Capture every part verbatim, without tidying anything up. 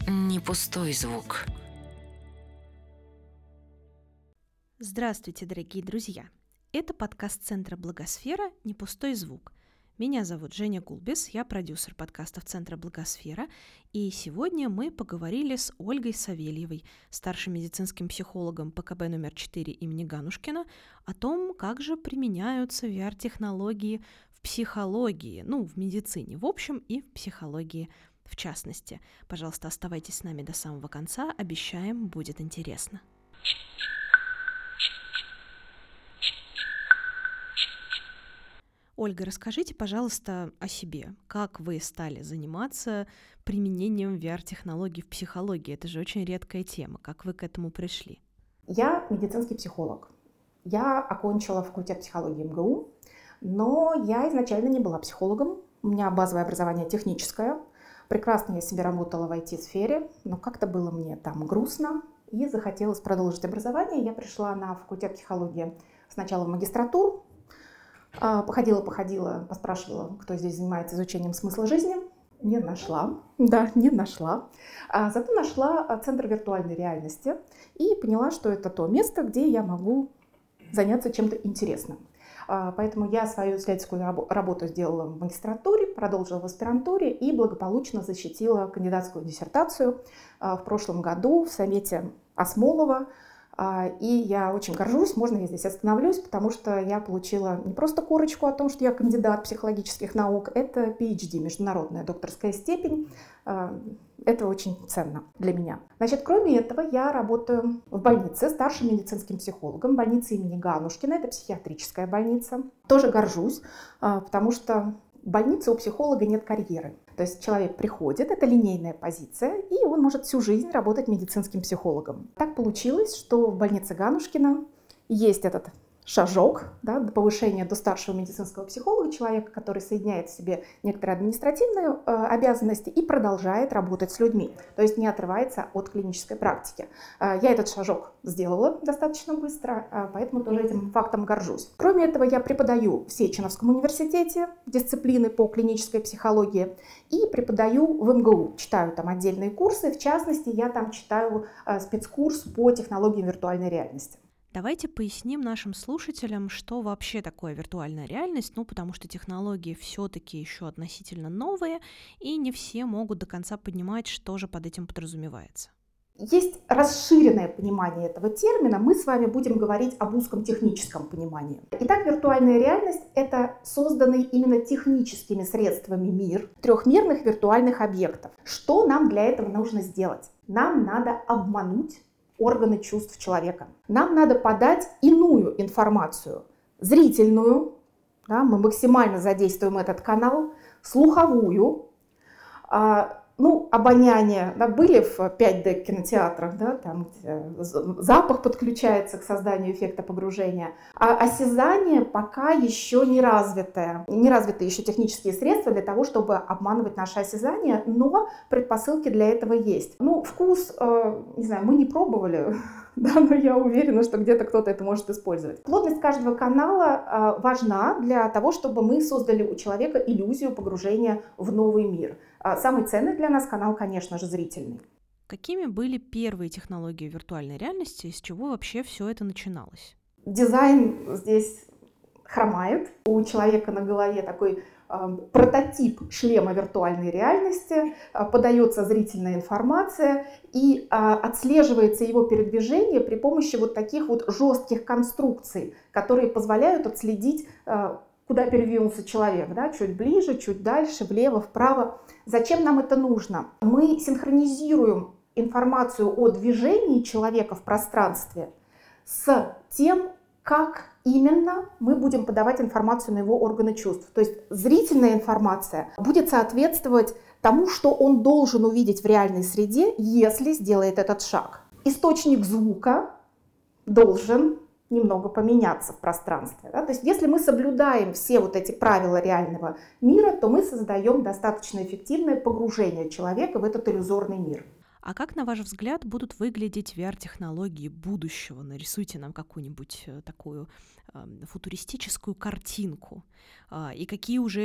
Не пустой звук. Здравствуйте, дорогие друзья! Это подкаст Центра Благосфера «Не пустой звук». Меня зовут Женя Гулбис, я продюсер подкастов Центра Благосфера, и сегодня мы поговорили с Ольгой Савельевой, старшим медицинским психологом ПКБ номер четыре имени Ганушкина, о том, как же применяются ви ар-технологии в психологии, ну, в медицине в общем и в психологии в частности. Пожалуйста, оставайтесь с нами до самого конца, обещаем, будет интересно. Ольга, расскажите, пожалуйста, о себе. Как вы стали заниматься применением ви ар-технологий в психологии? Это же очень редкая тема. Как вы к этому пришли? Я медицинский психолог. Я окончила факультет психологии эм гэ у, но я изначально не была психологом. У меня базовое образование техническое. Прекрасно я себе работала в ай ти-сфере, но как-то было мне там грустно, и захотелось продолжить образование. Я пришла на факультет психологии сначала в магистратуру, Походила-походила, поспрашивала, кто здесь занимается изучением смысла жизни. Не нашла. Да, не нашла. А зато нашла Центр виртуальной реальности и поняла, что это то место, где я могу заняться чем-то интересным. Поэтому я свою исследовательскую работу сделала в магистратуре, продолжила в аспирантуре и благополучно защитила кандидатскую диссертацию в прошлом году в совете Осмолова. И я очень горжусь, можно я здесь остановлюсь, потому что я получила не просто корочку о том, что я кандидат психологических наук, это пи эйч ди, международная докторская степень. Это очень ценно для меня. Значит, кроме этого, я работаю в больнице старшим медицинским психологом, больнице имени Ганушкина, это психиатрическая больница. Тоже горжусь, потому что в больнице у психолога нет карьеры. То есть человек приходит, это линейная позиция, и он может всю жизнь работать медицинским психологом. Так получилось, что в больнице Ганушкина есть этот шажок, да, до повышения до старшего медицинского психолога, человека, который соединяет в себе некоторые административные э, обязанности и продолжает работать с людьми, то есть не отрывается от клинической практики. Э, я этот шажок сделала достаточно быстро, э, поэтому тоже этим фактом горжусь. Кроме этого, я преподаю в Сеченовском университете дисциплины по клинической психологии и преподаю в эм гэ у, читаю там отдельные курсы, в частности, я там читаю э, спецкурс по технологиям виртуальной реальности. Давайте поясним нашим слушателям, что вообще такое виртуальная реальность, ну, потому что технологии все-таки еще относительно новые, и не все могут до конца понимать, что же под этим подразумевается. Есть расширенное понимание этого термина, мы с вами будем говорить об узком техническом понимании. Итак, виртуальная реальность – это созданный именно техническими средствами мир трехмерных виртуальных объектов. Что нам для этого нужно сделать? Нам надо обмануть органы чувств человека. Нам надо подать иную информацию, зрительную, да, мы максимально задействуем этот канал, слуховую, а, ну, обоняние, да, были в пять дэ кинотеатрах, да, там запах подключается к созданию эффекта погружения, а осязание пока еще не развитое, не развиты еще технические средства для того, чтобы обманывать наше осязание, но предпосылки для этого есть. Ну, вкус, э, не знаю, мы не пробовали, да, но я уверена, что где-то кто-то это может использовать. Плотность каждого канала э, важна для того, чтобы мы создали у человека иллюзию погружения в новый мир. А самый ценный для нас канал, конечно же, зрительный. Какими были первые технологии виртуальной реальности, с чего вообще все это начиналось? Дизайн здесь хромает. У человека на голове такой э, прототип шлема виртуальной реальности, э, подается зрительная информация и э, отслеживается его передвижение при помощи вот таких вот жестких конструкций, которые позволяют отследить, э, куда передвинулся человек, да, чуть ближе, чуть дальше, влево, вправо. Зачем нам это нужно? Мы синхронизируем информацию о движении человека в пространстве с тем, как именно мы будем подавать информацию на его органы чувств. То есть зрительная информация будет соответствовать тому, что он должен увидеть в реальной среде, если сделает этот шаг. Источник звука должен немного поменяться в пространстве. Да? То есть если мы соблюдаем все вот эти правила реального мира, то мы создаем достаточно эффективное погружение человека в этот иллюзорный мир. А как, на ваш взгляд, будут выглядеть ви ар-технологии будущего? Нарисуйте нам какую-нибудь такую э, футуристическую картинку. Э, и какие уже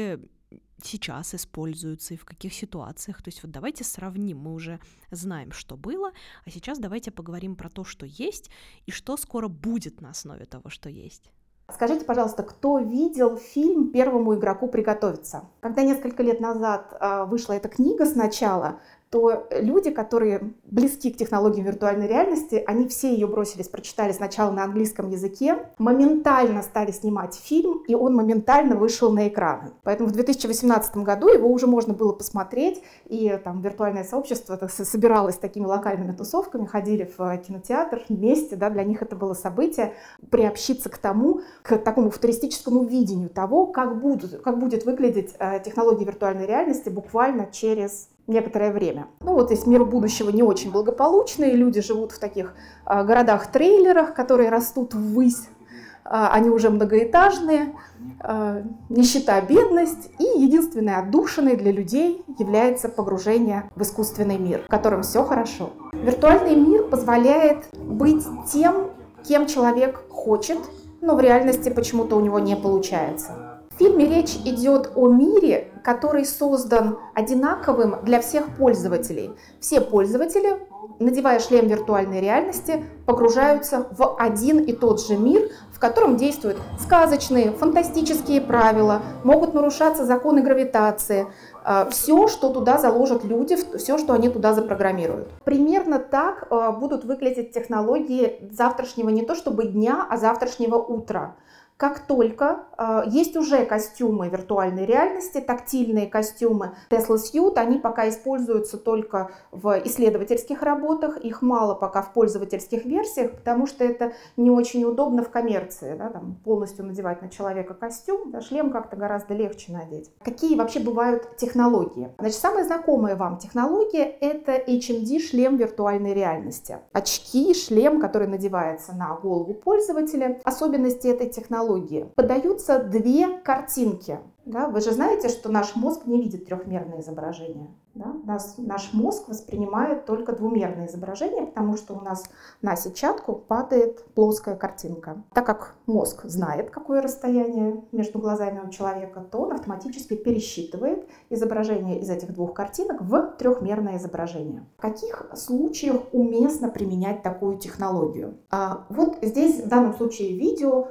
сейчас используются и в каких ситуациях. То есть вот давайте сравним, мы уже знаем, что было, а сейчас давайте поговорим про то, что есть и что скоро будет на основе того, что есть. Скажите, пожалуйста, кто видел фильм «Первому игроку приготовиться»? Когда несколько лет назад э, вышла эта книга сначала, то люди, которые близки к технологиям виртуальной реальности, они все ее бросились, прочитали сначала на английском языке, моментально стали снимать фильм, и он моментально вышел на экраны. Поэтому в две тысячи восемнадцатом году его уже можно было посмотреть, и там виртуальное сообщество так, собиралось такими локальными тусовками, ходили в кинотеатр вместе, да, для них это было событие, приобщиться к тому, к такому футуристическому видению того, как, будут, как будет выглядеть э, технология виртуальной реальности буквально через некоторое время. Ну вот здесь мир будущего не очень благополучный, люди живут в таких а, городах-трейлерах, которые растут ввысь, а, они уже многоэтажные, а, нищета, бедность, и единственной отдушиной для людей является погружение в искусственный мир, в котором все хорошо. Виртуальный мир позволяет быть тем, кем человек хочет, но в реальности почему-то у него не получается. В фильме речь идет о мире, который создан одинаковым для всех пользователей. Все пользователи, надевая шлем виртуальной реальности, погружаются в один и тот же мир, в котором действуют сказочные, фантастические правила, могут нарушаться законы гравитации, все, что туда заложат люди, все, что они туда запрограммируют. Примерно так будут выглядеть технологии завтрашнего не то чтобы дня, а завтрашнего утра. Как только э, есть уже костюмы виртуальной реальности, тактильные костюмы Tesla Suit, они пока используются только в исследовательских работах, их мало пока в пользовательских версиях, потому что это не очень удобно в коммерции, да, там, полностью надевать на человека костюм, да, шлем как-то гораздо легче надеть. Какие вообще бывают технологии? Значит, самая знакомая вам технология — это эйч эм ди шлем виртуальной реальности. Очки, шлем, который надевается на голову пользователя. Особенности этой технологии: подаются две картинки. Да? Вы же знаете, что наш мозг не видит трехмерное изображение. Да? Нас, наш мозг воспринимает только двумерное изображение, потому что у нас на сетчатку падает плоская картинка. Так как мозг знает, какое расстояние между глазами у человека, то он автоматически пересчитывает изображение из этих двух картинок в трехмерное изображение. В каких случаях уместно применять такую технологию? А, вот здесь в данном случае видео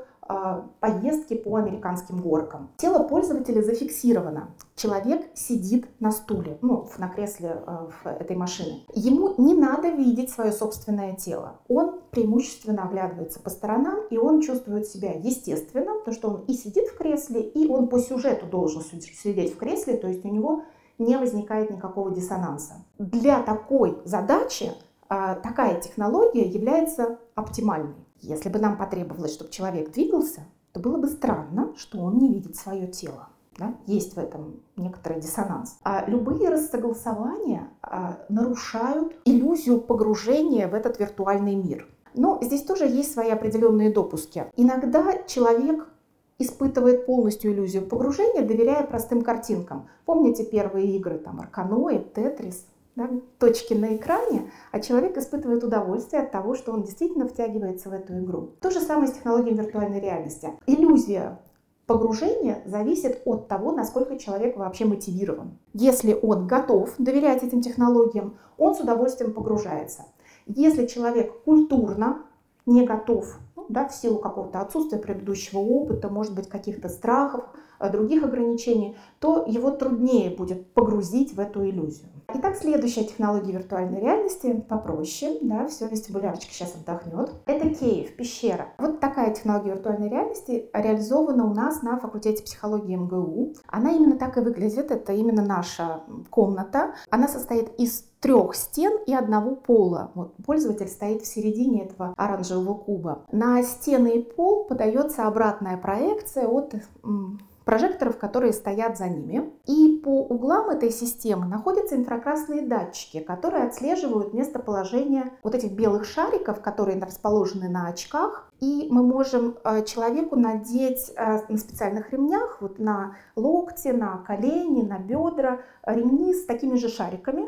поездки по американским горкам. Тело пользователя зафиксировано. Человек сидит на стуле, ну, на кресле в этой машины. Ему не надо видеть свое собственное тело. Он преимущественно оглядывается по сторонам, и он чувствует себя естественно, потому что он и сидит в кресле, и он по сюжету должен сидеть в кресле, то есть у него не возникает никакого диссонанса. Для такой задачи такая технология является оптимальной. Если бы нам потребовалось, чтобы человек двигался, то было бы странно, что он не видит свое тело. Да? Есть в этом некоторый диссонанс. А любые рассогласования а, нарушают иллюзию погружения в этот виртуальный мир. Но здесь тоже есть свои определенные допуски. Иногда человек испытывает полностью иллюзию погружения, доверяя простым картинкам. Помните первые игры, там, Арканоид, Тетрис? Да, точки на экране, а человек испытывает удовольствие от того, что он действительно втягивается в эту игру. То же самое с технологией виртуальной реальности. Иллюзия погружения зависит от того, насколько человек вообще мотивирован. Если он готов доверять этим технологиям, он с удовольствием погружается. Если человек культурно не готов, ну, да, в силу какого-то отсутствия предыдущего опыта, может быть, каких-то страхов, других ограничений, то его труднее будет погрузить в эту иллюзию. Итак, следующая технология виртуальной реальности попроще, да, все, вестибулярчик сейчас отдохнет. Это кейв, пещера. Вот такая технология виртуальной реальности реализована у нас на факультете психологии эм гэ у. Она именно так и выглядит, это именно наша комната. Она состоит из трех стен и одного пола. Вот, пользователь стоит в середине этого оранжевого куба. На стены и пол подается обратная проекция от прожекторов, которые стоят за ними. И по углам этой системы находятся инфракрасные датчики, которые отслеживают местоположение вот этих белых шариков, которые расположены на очках. И мы можем человеку надеть на специальных ремнях, вот на локти, на колени, на бедра, ремни с такими же шариками.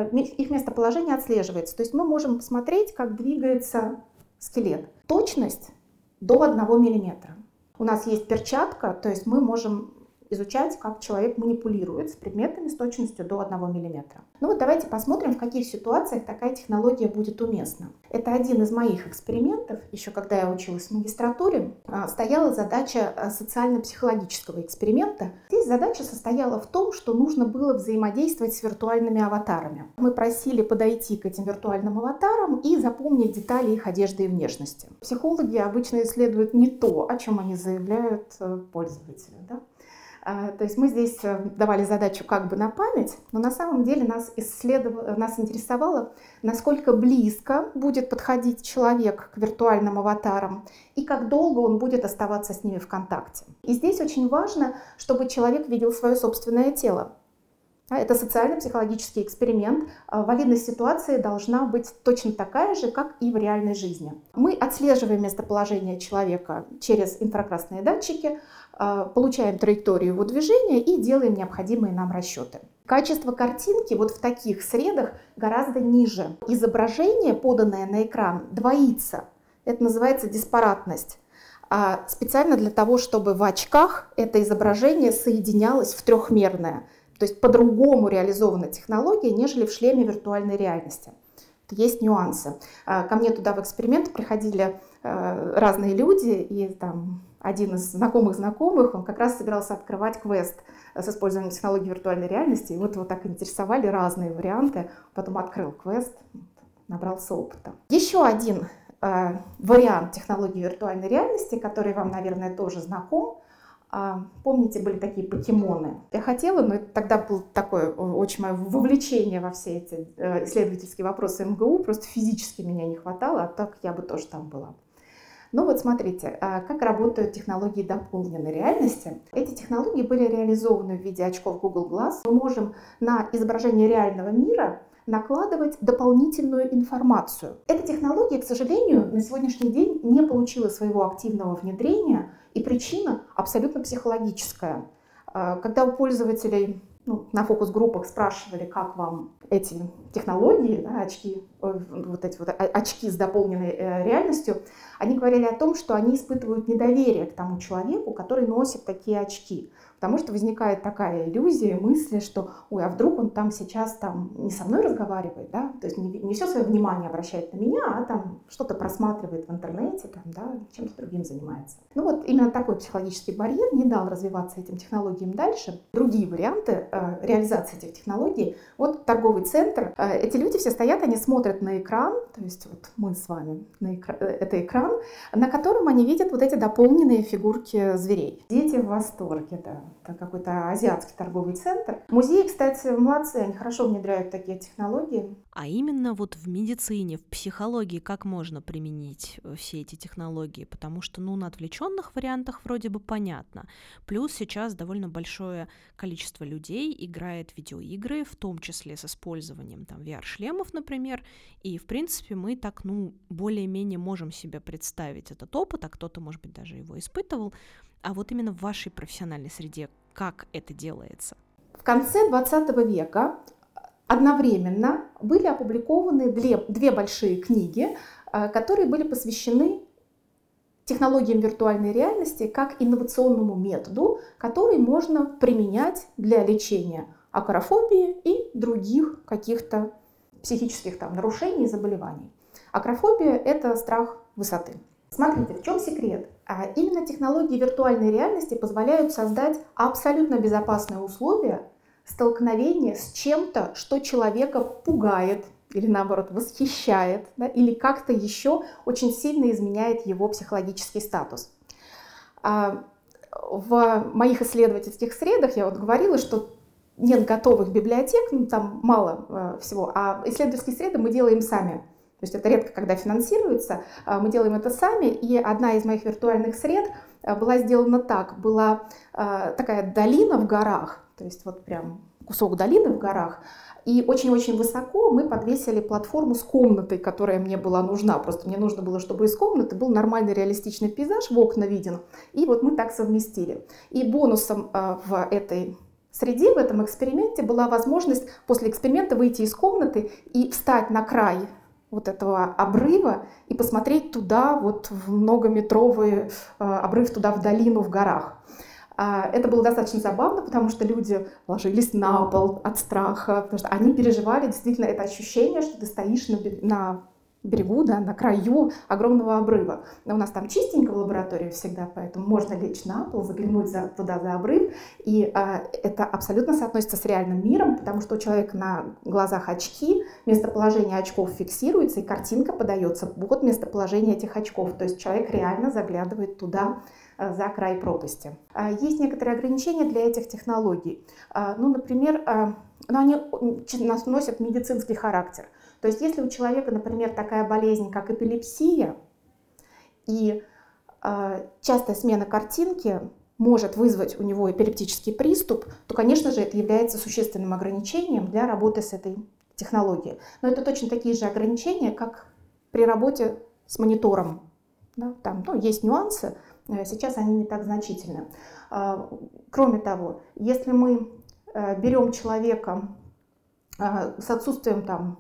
Их местоположение отслеживается. То есть мы можем посмотреть, как двигается скелет. Точность до одного миллиметра. У нас есть перчатка, то есть мы можем изучать, как человек манипулирует с предметами с точностью до одного миллиметра. Ну вот давайте посмотрим, в каких ситуациях такая технология будет уместна. Это один из моих экспериментов. Еще когда я училась в магистратуре, стояла задача социально-психологического эксперимента. Здесь задача состояла в том, что нужно было взаимодействовать с виртуальными аватарами. Мы просили подойти к этим виртуальным аватарам и запомнить детали их одежды и внешности. Психологи обычно исследуют не то, о чем они заявляют пользователю. Да? То есть мы здесь давали задачу как бы на память, но на самом деле нас, исследов... нас интересовало, насколько близко будет подходить человек к виртуальным аватарам и как долго он будет оставаться с ними в контакте. И здесь очень важно, чтобы человек видел свое собственное тело. Это социально-психологический эксперимент. Валидность ситуации должна быть точно такая же, как и в реальной жизни. Мы отслеживаем местоположение человека через инфракрасные датчики, получаем траекторию его движения и делаем необходимые нам расчеты. Качество картинки вот в таких средах гораздо ниже. Изображение, поданное на экран, двоится. Это называется диспаратность. А специально для того, чтобы в очках это изображение соединялось в трехмерное. То есть по-другому реализована технология, нежели в шлеме виртуальной реальности. Есть нюансы. Ко мне туда в эксперимент приходили разные люди, и там один из знакомых знакомых, он как раз собирался открывать квест с использованием технологии виртуальной реальности, и вот его так интересовали разные варианты, потом открыл квест, набрался опыта. Еще один вариант технологии виртуальной реальности, который вам, наверное, тоже знаком. Помните, были такие покемоны? Я хотела, но это тогда было такое очень мое вовлечение во все эти исследовательские вопросы эм гэ у, просто физически меня не хватало, а так я бы тоже там была. Ну вот смотрите, как работают технологии дополненной реальности. Эти технологии были реализованы в виде очков Google Glass. Мы можем на изображение реального мира накладывать дополнительную информацию. Эта технология, к сожалению, на сегодняшний день не получила своего активного внедрения, и причина абсолютно психологическая. Когда у пользователей ну, на фокус-группах спрашивали, как вам эти технологии, да, очки, вот эти вот очки с дополненной реальностью, они говорили о том, что они испытывают недоверие к тому человеку, который носит такие очки. Потому что возникает такая иллюзия, мысли, что ой, а вдруг он там сейчас там не со мной разговаривает, да? То есть не, не все свое внимание обращает на меня, а там что-то просматривает в интернете, там, да, чем-то другим занимается. Ну вот именно такой психологический барьер не дал развиваться этим технологиям дальше. Другие варианты э, реализации этих технологий. Вот торговый центр. Э, эти люди все стоят, они смотрят на экран, то есть вот мы с вами, на экра... это экран, на котором они видят вот эти дополненные фигурки зверей. Дети в восторге, да. Это какой-то азиатский торговый центр. Музеи, кстати, молодцы, они хорошо внедряют такие технологии. А именно вот в медицине, в психологии как можно применить все эти технологии? Потому что, ну, на отвлеченных вариантах вроде бы понятно. Плюс сейчас довольно большое количество людей играет в видеоигры, в том числе с использованием там ви ар-шлемов, например. И, в принципе, мы так, ну, более-менее можем себе представить этот опыт, а кто-то, может быть, даже его испытывал. А вот именно в вашей профессиональной среде как это делается? В конце двадцатого века одновременно были опубликованы две, две большие книги, которые были посвящены технологиям виртуальной реальности как инновационному методу, который можно применять для лечения акрофобии и других каких-то психических там, нарушений и заболеваний. Акрофобия – это страх высоты. Смотрите, в чем секрет? А именно технологии виртуальной реальности позволяют создать абсолютно безопасные условия столкновения с чем-то, что человека пугает или, наоборот, восхищает, да, или как-то еще очень сильно изменяет его психологический статус. А в моих исследовательских средах я вот говорила, что нет готовых библиотек, ну, там мало всего, а исследовательские среды мы делаем сами. То есть это редко, когда финансируется, мы делаем это сами, и одна из моих виртуальных сред была сделана так, была такая долина в горах, то есть вот прям кусок долины в горах, и очень-очень высоко мы подвесили платформу с комнатой, которая мне была нужна, просто мне нужно было, чтобы из комнаты был нормальный реалистичный пейзаж, в окна виден, и вот мы так совместили. И бонусом в этой среде, в этом эксперименте была возможность после эксперимента выйти из комнаты и встать на край вот этого обрыва и посмотреть туда, вот в многометровый э, обрыв туда в долину в горах. Это было достаточно забавно, потому что люди ложились на пол от страха, потому что они переживали действительно это ощущение, что ты стоишь на, на берегу, да, на краю огромного обрыва. Но у нас там чистенько в лаборатории всегда, поэтому можно лечь на пол, заглянуть за, туда за обрыв. И а, это абсолютно соотносится с реальным миром, потому что у человека на глазах очки, местоположение очков фиксируется, и картинка подается вот местоположение этих очков. То есть человек реально заглядывает туда, за край пропасти. Есть некоторые ограничения для этих технологий. Ну, например, но они носят медицинский характер. То есть если у человека, например, такая болезнь, как эпилепсия, и частая смена картинки может вызвать у него эпилептический приступ, то, конечно же, это является существенным ограничением для работы с этой технологией. Но это точно такие же ограничения, как при работе с монитором. Да, там, ну, есть нюансы, сейчас они не так значительны. Кроме того, если мы берем человека с отсутствием там,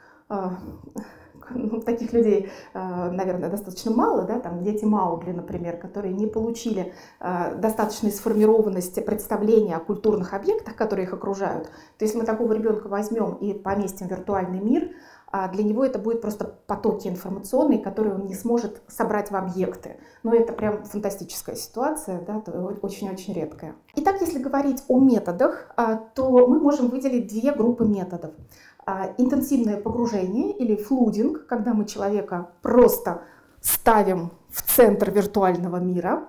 ну, таких людей, наверное, достаточно мало, да, там дети Маугли, например, которые не получили достаточной сформированности представления о культурных объектах, которые их окружают, то если мы такого ребенка возьмем и поместим в виртуальный мир, для него это будет просто потоки информационные, которые он не сможет собрать в объекты. Но это прям фантастическая ситуация, да, очень-очень редкая. Итак, если говорить о методах, то мы можем выделить две группы методов. Интенсивное погружение или флудинг, когда мы человека просто ставим в центр виртуального мира.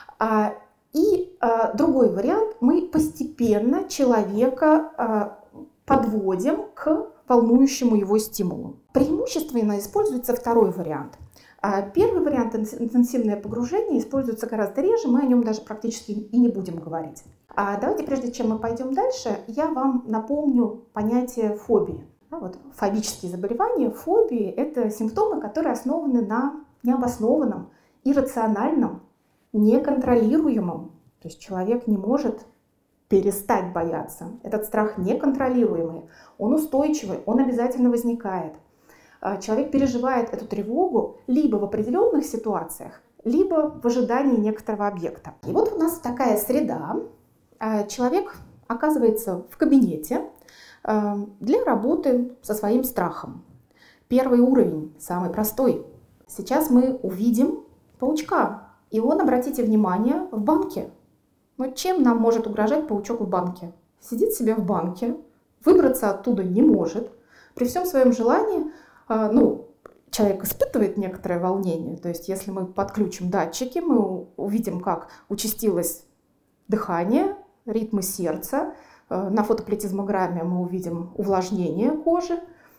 И другой вариант, мы постепенно человека подводим к волнующему его стимулу. Преимущественно используется второй вариант. Первый вариант, интенсивное погружение, используется гораздо реже, мы о нем даже практически и не будем говорить. А давайте, прежде чем мы пойдем дальше, я вам напомню понятие фобии. Вот, фобические заболевания, фобии – это симптомы, которые основаны на необоснованном, иррациональном, неконтролируемом. То есть человек не может перестать бояться. Этот страх неконтролируемый, он устойчивый, он обязательно возникает. Человек переживает эту тревогу либо в определенных ситуациях, либо в ожидании некоторого объекта. И вот у нас такая среда. Человек оказывается в кабинете для работы со своим страхом. Первый уровень, самый простой. Сейчас мы увидим паучка, и он, обратите внимание, в банке. Но чем нам может угрожать паучок в банке? Сидит себе в банке, выбраться оттуда не может. При всем своем желании, ну, человек испытывает некоторое волнение. То есть если мы подключим датчики, мы увидим, как участилось дыхание, ритмы сердца. На фотоплетизмограмме мы увидим увлажнение кожи.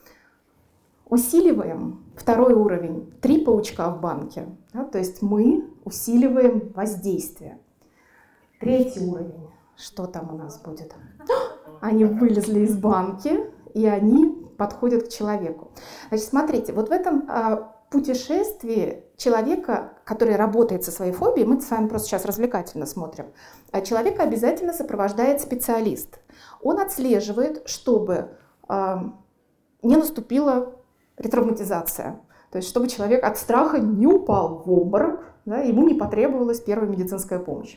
Усиливаем второй уровень, три паучка в банке. Да, то есть мы усиливаем воздействие. Третий уровень. Что там у нас будет? Они вылезли из банки, и они подходят к человеку. Значит, смотрите, вот в этом а, путешествии человека, который работает со своей фобией, мы с вами просто сейчас развлекательно смотрим, а человека обязательно сопровождает специалист. Он отслеживает, чтобы а, не наступила ретравматизация. То есть, чтобы человек от страха не упал в обморок, да, ему не потребовалась первая медицинская помощь.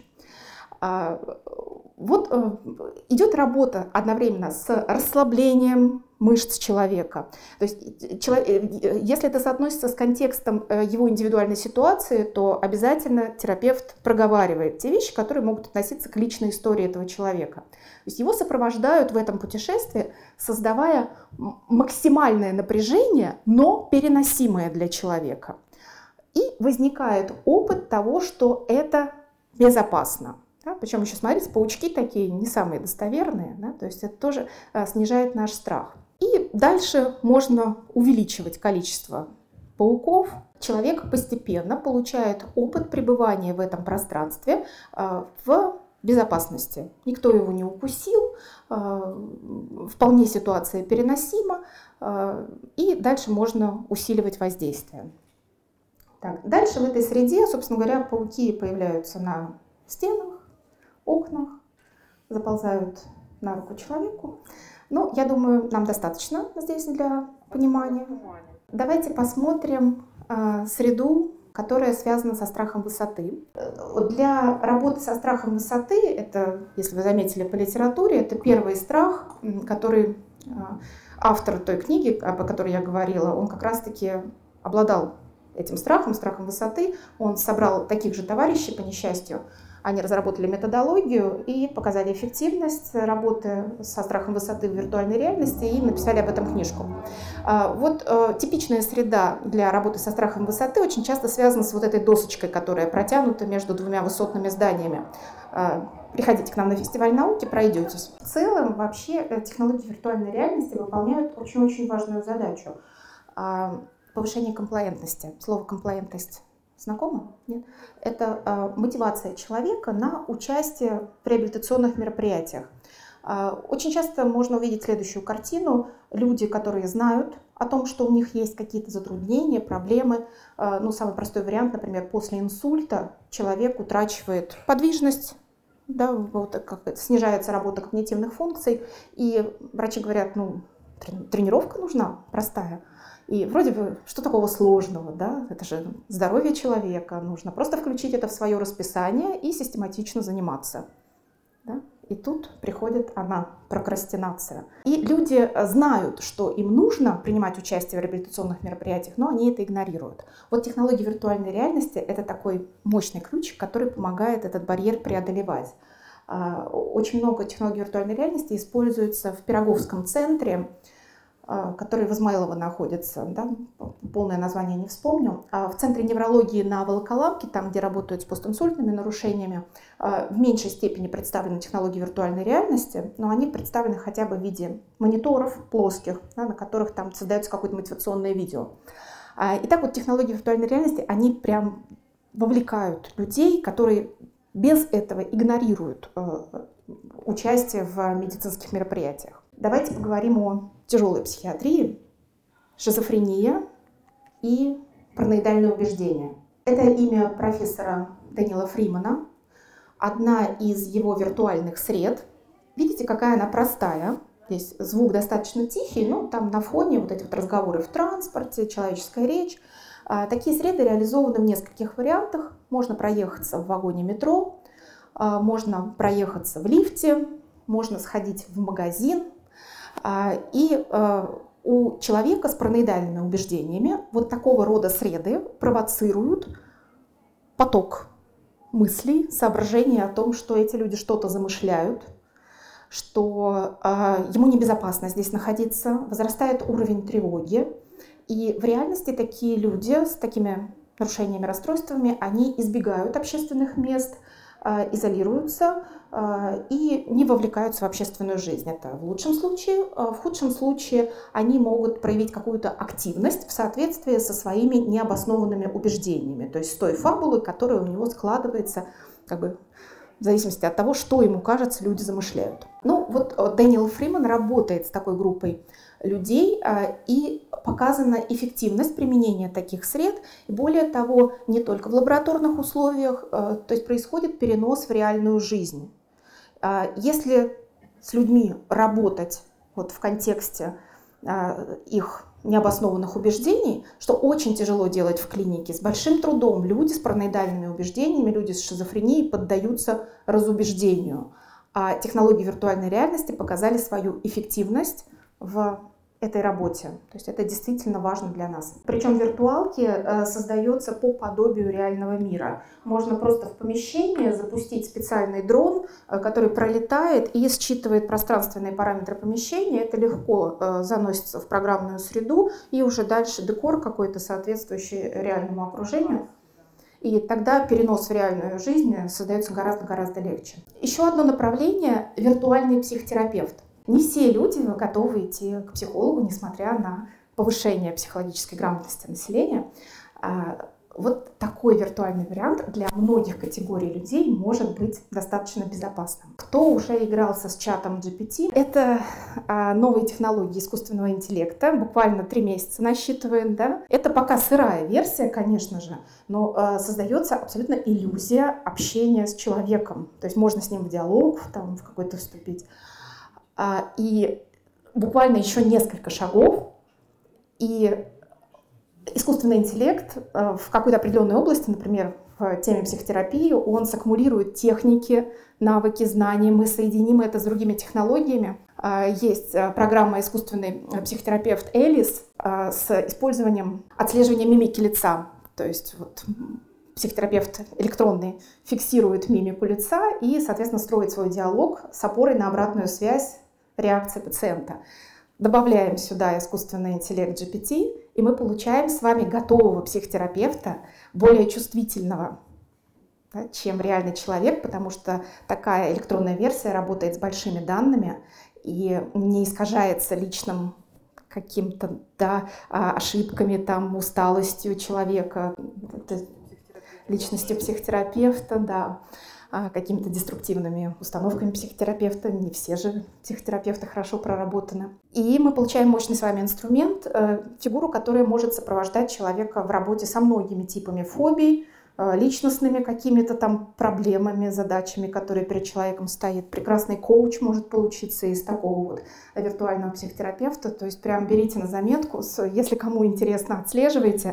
Вот идет работа одновременно с расслаблением мышц человека. То есть, если это соотносится с контекстом его индивидуальной ситуации, то обязательно терапевт проговаривает те вещи, которые могут относиться к личной истории этого человека. То есть его сопровождают в этом путешествии, создавая максимальное напряжение, но переносимое для человека. И возникает опыт того, что это безопасно. Да, причем еще, смотрите, паучки такие не самые достоверные, да, то есть это тоже а, снижает наш страх. И дальше можно увеличивать количество пауков. Человек постепенно получает опыт пребывания в этом пространстве а, в безопасности. Никто его не укусил, а, вполне ситуация переносима, а, и дальше можно усиливать воздействие. Так, дальше в этой среде, собственно говоря, пауки появляются на стенах, окнах, заползают на руку человеку. Ну, я думаю, нам достаточно здесь для понимания. Давайте посмотрим э, среду, которая связана со страхом высоты. Для работы со страхом высоты, это, если вы заметили по литературе, это первый страх, который автор той книги, о которой я говорила, он как раз-таки обладал этим страхом, страхом высоты. Он собрал таких же товарищей, по несчастью. Они разработали методологию и показали эффективность работы со страхом высоты в виртуальной реальности и написали об этом книжку. Вот типичная среда для работы со страхом высоты очень часто связана с вот этой досочкой, которая протянута между двумя высотными зданиями. Приходите к нам на фестиваль науки, пройдетесь. В целом, вообще, технологии виртуальной реальности выполняют очень-очень важную задачу – повышение комплаентности. Слово «комплаентность» знакомо? Нет? Это э, мотивация человека на участие в реабилитационных мероприятиях. Э, очень часто можно увидеть следующую картину. Люди, которые знают о том, что у них есть какие-то затруднения, проблемы. Э, ну, самый простой вариант, например, после инсульта человек утрачивает подвижность, да, вот, как, снижается работа когнитивных функций, и врачи говорят, ну, тренировка нужна простая. И вроде бы, что такого сложного, да? Это же здоровье человека, нужно просто включить это в свое расписание и систематично заниматься. Да? И тут приходит она, прокрастинация. И люди знают, что им нужно принимать участие в реабилитационных мероприятиях, но они это игнорируют. Вот технологии виртуальной реальности – это такой мощный ключик, который помогает этот барьер преодолевать. Очень много технологий виртуальной реальности используется в Пироговском центре, который в Измайлово находится, да, полное название не вспомню. В Центре неврологии на Волоколамке, там, где работают с постинсультными нарушениями, в меньшей степени представлены технологии виртуальной реальности, но они представлены хотя бы в виде мониторов плоских, да, на которых там создается какое-то мотивационное видео. Итак, вот технологии виртуальной реальности, они прям вовлекают людей, которые без этого игнорируют участие в медицинских мероприятиях. Давайте поговорим о тяжелой психиатрии, шизофрения и параноидальное убеждение. Это имя профессора Дэниела Фримана, одна из его виртуальных сред. Видите, какая она простая. Здесь звук достаточно тихий, но там на фоне вот эти вот разговоры в транспорте, человеческая речь. Такие среды реализованы в нескольких вариантах. Можно проехаться в вагоне метро, можно проехаться в лифте, можно сходить в магазин. И у человека с параноидальными убеждениями вот такого рода среды провоцируют поток мыслей, соображений о том, что эти люди что-то замышляют, что ему небезопасно здесь находиться, возрастает уровень тревоги. И в реальности такие люди с такими нарушениями, расстройствами, они избегают общественных мест, изолируются и не вовлекаются в общественную жизнь. Это в лучшем случае. В худшем случае они могут проявить какую-то активность в соответствии со своими необоснованными убеждениями, то есть с той фабулой, которая у него складывается, как бы, в зависимости от того, что ему кажется, люди замышляют. Ну вот Дэниел Фриман работает с такой группой людей, и показана эффективность применения таких сред. И более того, не только в лабораторных условиях, то есть происходит перенос в реальную жизнь. Если с людьми работать вот в контексте их необоснованных убеждений, что очень тяжело делать в клинике, с большим трудом люди с параноидальными убеждениями, люди с шизофренией поддаются разубеждению. А технологии виртуальной реальности показали свою эффективность в этой работе. То есть это действительно важно для нас. Причем виртуалки создаются по подобию реального мира. Можно просто в помещении запустить специальный дрон, который пролетает и считывает пространственные параметры помещения. Это легко заносится в программную среду, и уже дальше декор какой-то соответствующий реальному окружению. И тогда перенос в реальную жизнь создается гораздо-гораздо легче. Еще одно направление – виртуальный психотерапевт. Не все люди готовы идти к психологу, несмотря на повышение психологической грамотности населения. Вот такой виртуальный вариант для многих категорий людей может быть достаточно безопасным. Кто уже игрался с чатом джи пи ти? Это новые технологии искусственного интеллекта, буквально три месяца насчитывает. Да? Это пока сырая версия, конечно же, но создается абсолютно иллюзия общения с человеком. То есть можно с ним в диалог там, в какой-то вступить. И буквально еще несколько шагов, и искусственный интеллект в какой-то определенной области, например, в теме психотерапии, он саккумулирует техники, навыки, знания, мы соединим это с другими технологиями. Есть программа «Искусственный психотерапевт Элис» с использованием отслеживания мимики лица. То есть вот психотерапевт электронный фиксирует мимику лица и, соответственно, строит свой диалог с опорой на обратную связь реакции пациента. Добавляем сюда искусственный интеллект джи пи ти, и мы получаем с вами готового психотерапевта, более чувствительного, да, чем реальный человек, потому что такая электронная версия работает с большими данными и не искажается личным каким-то, да, ошибками, там, усталостью человека, личностью психотерапевта, да, какими-то деструктивными установками психотерапевта. Не все же психотерапевты хорошо проработаны. И мы получаем мощный с вами инструмент, фигуру, которая может сопровождать человека в работе со многими типами фобий, личностными какими-то там проблемами, задачами, которые перед человеком стоят. Прекрасный коуч может получиться из такого вот виртуального психотерапевта. То есть прям берите на заметку, если кому интересно, отслеживайте.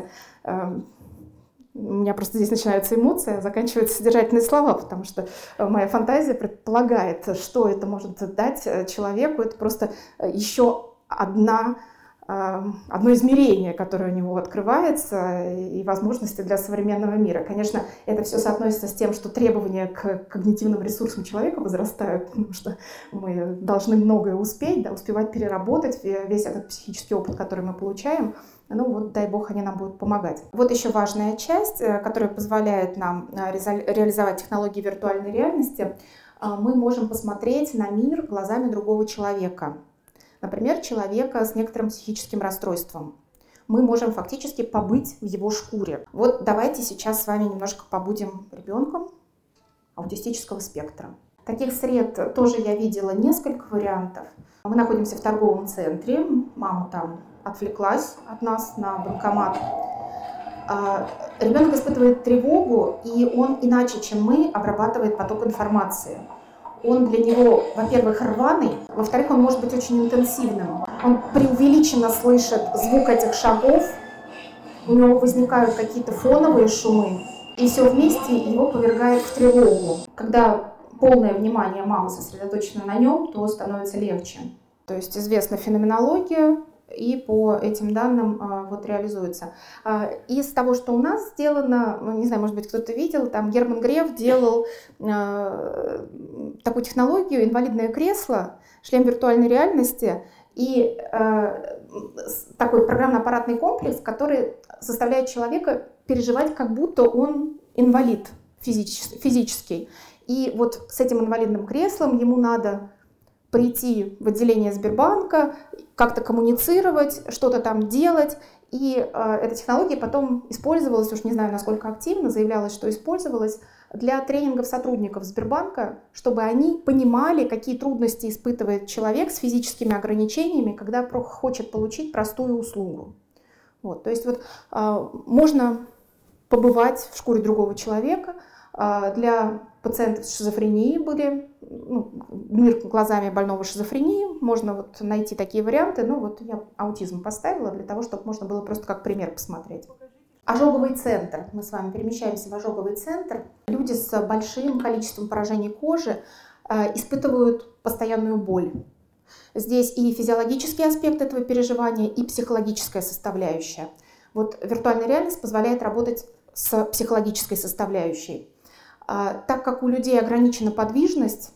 У меня просто здесь начинаются эмоции, а заканчиваются содержательные слова, потому что моя фантазия предполагает, что это может дать человеку. Это просто еще одна, одно измерение, которое у него открывается, и возможности для современного мира. Конечно, это все соотносится с тем, что требования к когнитивным ресурсам человека возрастают, потому что мы должны многое успеть, да, успевать переработать весь этот психический опыт, который мы получаем. Ну вот, дай бог, они нам будут помогать. Вот еще важная часть, которая позволяет нам реализовать технологии виртуальной реальности. Мы можем посмотреть на мир глазами другого человека. Например, человека с некоторым психическим расстройством. Мы можем фактически побыть в его шкуре. Вот давайте сейчас с вами немножко побудем ребенком аутистического спектра. Таких сред тоже я видела несколько вариантов. Мы находимся в торговом центре, мама там отвлеклась от нас на банкомат. Ребенок испытывает тревогу, и он иначе, чем мы, обрабатывает поток информации. Он для него, во-первых, рваный, во-вторых, он может быть очень интенсивным. Он преувеличенно слышит звук этих шагов, у него возникают какие-то фоновые шумы, и все вместе его повергает в тревогу. Когда полное внимание мамы сосредоточено на нем, то становится легче. То есть известна феноменология, и по этим данным вот реализуется. Из того, что у нас сделано, не знаю, может быть, кто-то видел, там Герман Греф делал такую технологию, инвалидное кресло, шлем виртуальной реальности и такой программно-аппаратный комплекс, который заставляет человека переживать, как будто он инвалид физический. И вот с этим инвалидным креслом ему надо прийти в отделение Сбербанка, как-то коммуницировать, что-то там делать. И э, эта технология потом использовалась, уж не знаю, насколько активно, заявлялось, что использовалась для тренингов сотрудников Сбербанка, чтобы они понимали, какие трудности испытывает человек с физическими ограничениями, когда хочет получить простую услугу. Вот, то есть вот, э, можно побывать в шкуре другого человека. Э, для пациентов с шизофренией были, ну, мир глазами больного шизофрении, можно вот найти такие варианты. Ну вот я аутизм поставила для того, чтобы можно было просто как пример посмотреть. Ожоговый центр. Мы с вами перемещаемся в ожоговый центр. Люди с большим количеством поражений кожи э, испытывают постоянную боль. Здесь и физиологический аспект этого переживания, и психологическая составляющая. Вот виртуальная реальность позволяет работать с психологической составляющей. Так как у людей ограничена подвижность,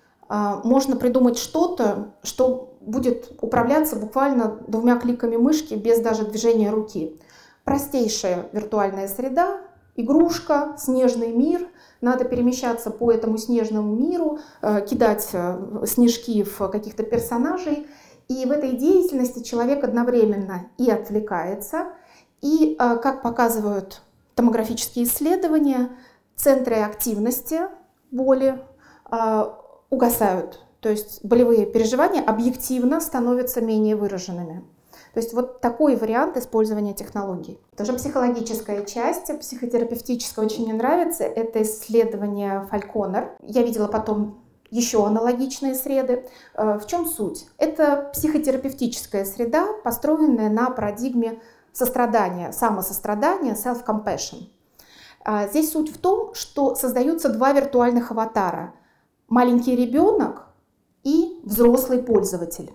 можно придумать что-то, что будет управляться буквально двумя кликами мышки без даже движения руки. Простейшая виртуальная среда, игрушка, снежный мир. Надо перемещаться по этому снежному миру, кидать снежки в каких-то персонажей. И в этой деятельности человек одновременно и отвлекается, и, как показывают томографические исследования, центры активности боли э, угасают, то есть болевые переживания объективно становятся менее выраженными. То есть вот такой вариант использования технологий. Тоже психологическая часть, психотерапевтическая очень мне нравится, это исследование Фальконер. Я видела потом еще аналогичные среды. Э, в чем суть? Это психотерапевтическая среда, построенная на парадигме сострадание, самосострадание, self-compassion. Здесь суть в том, что создаются два виртуальных аватара. Маленький ребенок и взрослый пользователь.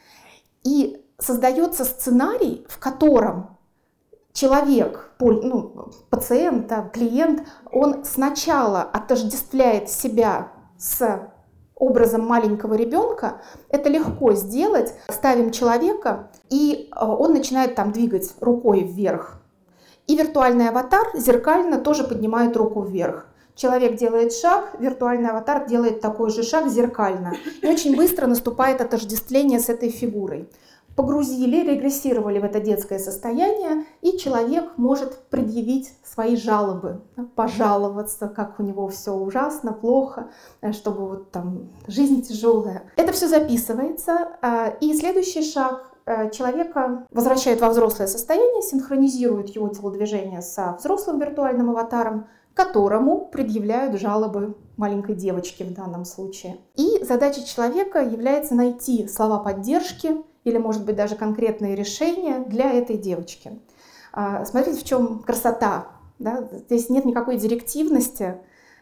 И создается сценарий, в котором человек, ну, пациент, клиент, он сначала отождествляет себя с образом маленького ребенка. Это легко сделать. Ставим человека, и он начинает там двигать рукой вверх. И виртуальный аватар зеркально тоже поднимает руку вверх. Человек делает шаг, виртуальный аватар делает такой же шаг зеркально. И очень быстро наступает отождествление с этой фигурой. Погрузили, регрессировали в это детское состояние, и человек может предъявить свои жалобы, пожаловаться, как у него все ужасно, плохо, чтобы вот там жизнь тяжелая. Это все записывается, и следующий шаг человека возвращает во взрослое состояние, синхронизирует его телодвижение со взрослым виртуальным аватаром, которому предъявляют жалобы маленькой девочки в данном случае. И задача человека является найти слова поддержки или, может быть, даже конкретные решения для этой девочки. Смотрите, в чем красота. Да? Здесь нет никакой директивности.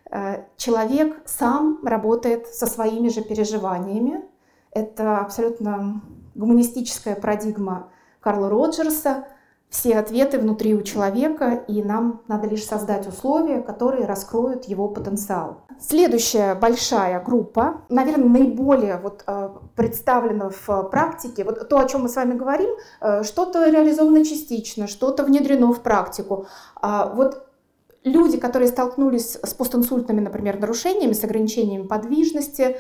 Человек сам работает со своими же переживаниями. Это абсолютно гуманистическая парадигма Карла Роджерса. Все ответы внутри у человека, и нам надо лишь создать условия, которые раскроют его потенциал. Следующая большая группа, наверное, наиболее вот, представлена в практике. Вот то, о чем мы с вами говорим, что-то реализовано частично, что-то внедрено в практику. Вот люди, которые столкнулись с постинсультными, например, нарушениями, с ограничениями подвижности,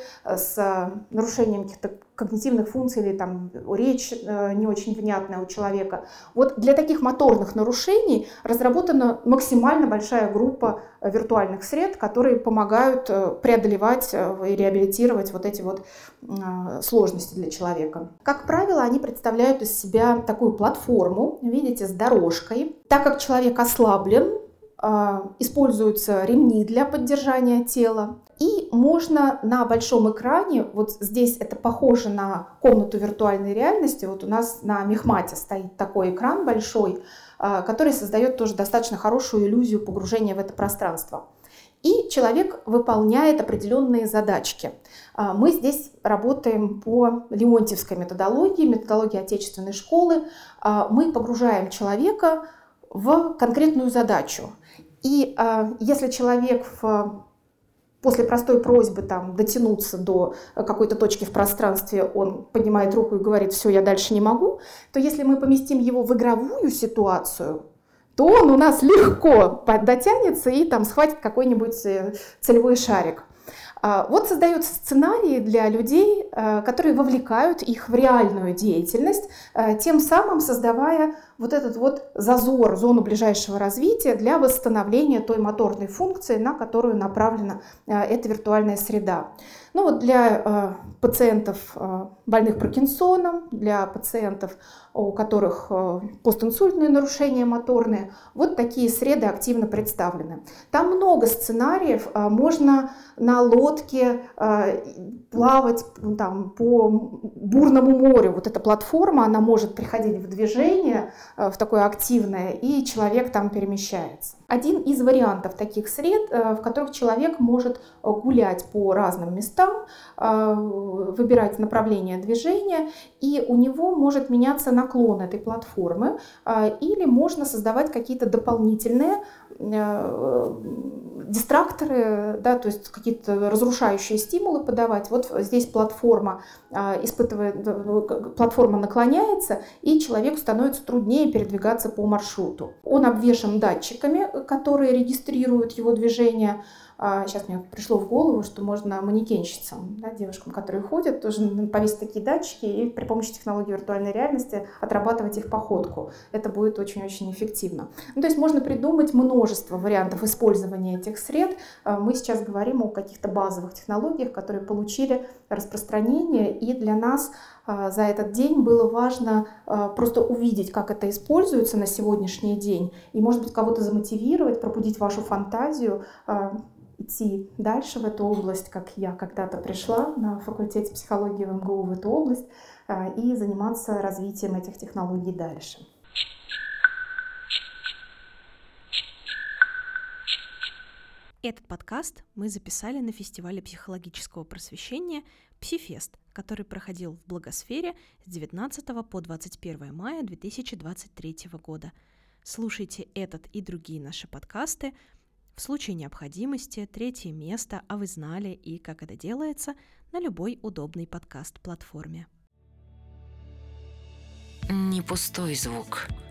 с нарушением каких-то когнитивных функций или там речь не очень внятная у человека. Вот для таких моторных нарушений разработана максимально большая группа виртуальных сред, которые помогают преодолевать и реабилитировать вот эти вот сложности для человека. Как правило, они представляют из себя такую платформу, видите, с дорожкой. Так как человек ослаблен, используются ремни для поддержания тела. И можно на большом экране, вот здесь это похоже на комнату виртуальной реальности, вот у нас на Мехмате стоит такой экран большой, который создает тоже достаточно хорошую иллюзию погружения в это пространство. И человек выполняет определенные задачки. Мы здесь работаем по леонтьевской методологии, методологии отечественной школы. Мы погружаем человека в конкретную задачу. И э, если человек в, после простой просьбы там, дотянуться до какой-то точки в пространстве, он поднимает руку и говорит: все, я дальше не могу, то если мы поместим его в игровую ситуацию, то он у нас легко дотянется и там схватит какой-нибудь целевой шарик. Вот создаются сценарии для людей, которые вовлекают их в реальную деятельность, тем самым создавая вот этот вот зазор, зону ближайшего развития для восстановления той моторной функции, на которую направлена эта виртуальная среда. Ну вот для пациентов, больных Паркинсоном, для пациентов, у которых постинсультные нарушения моторные, вот такие среды активно представлены. Там много сценариев, можно на лодке плавать там, по бурному морю. Вот эта платформа, она может приходить в движение, в такое активное, и человек там перемещается. Один из вариантов таких сред, в которых человек может гулять по разным местам, выбирать направление движения, и у него может меняться наклон этой платформы, или можно создавать какие-то дополнительные дистракторы, да, то есть какие-то разрушающие стимулы подавать. Вот здесь платформа испытывает, платформа наклоняется, и человеку становится труднее передвигаться по маршруту. Он обвешан датчиками, которые регистрируют его движение. Сейчас мне пришло в голову, что можно манекенщицам, да, девушкам, которые ходят, тоже повесить такие датчики и при помощи технологии виртуальной реальности отрабатывать их походку. Это будет очень-очень эффективно. Ну, то есть можно придумать множество вариантов использования этих сред. Мы сейчас говорим о каких-то базовых технологиях, которые получили распространение, и для нас за этот день было важно просто увидеть, как это используется на сегодняшний день, и, может быть, кого-то замотивировать, пробудить вашу фантазию, идти дальше в эту область, как я когда-то пришла на факультете психологии в эм гэ у в эту область, и заниматься развитием этих технологий дальше. Этот подкаст мы записали на фестивале психологического просвещения «Псифест», который проходил в Благосфере с девятнадцатого по двадцать первое мая две тысячи двадцать третьего года. Слушайте этот и другие наши подкасты в случае необходимости, третье место, а вы знали и как это делается, на любой удобной подкаст-платформе. Не пустой звук.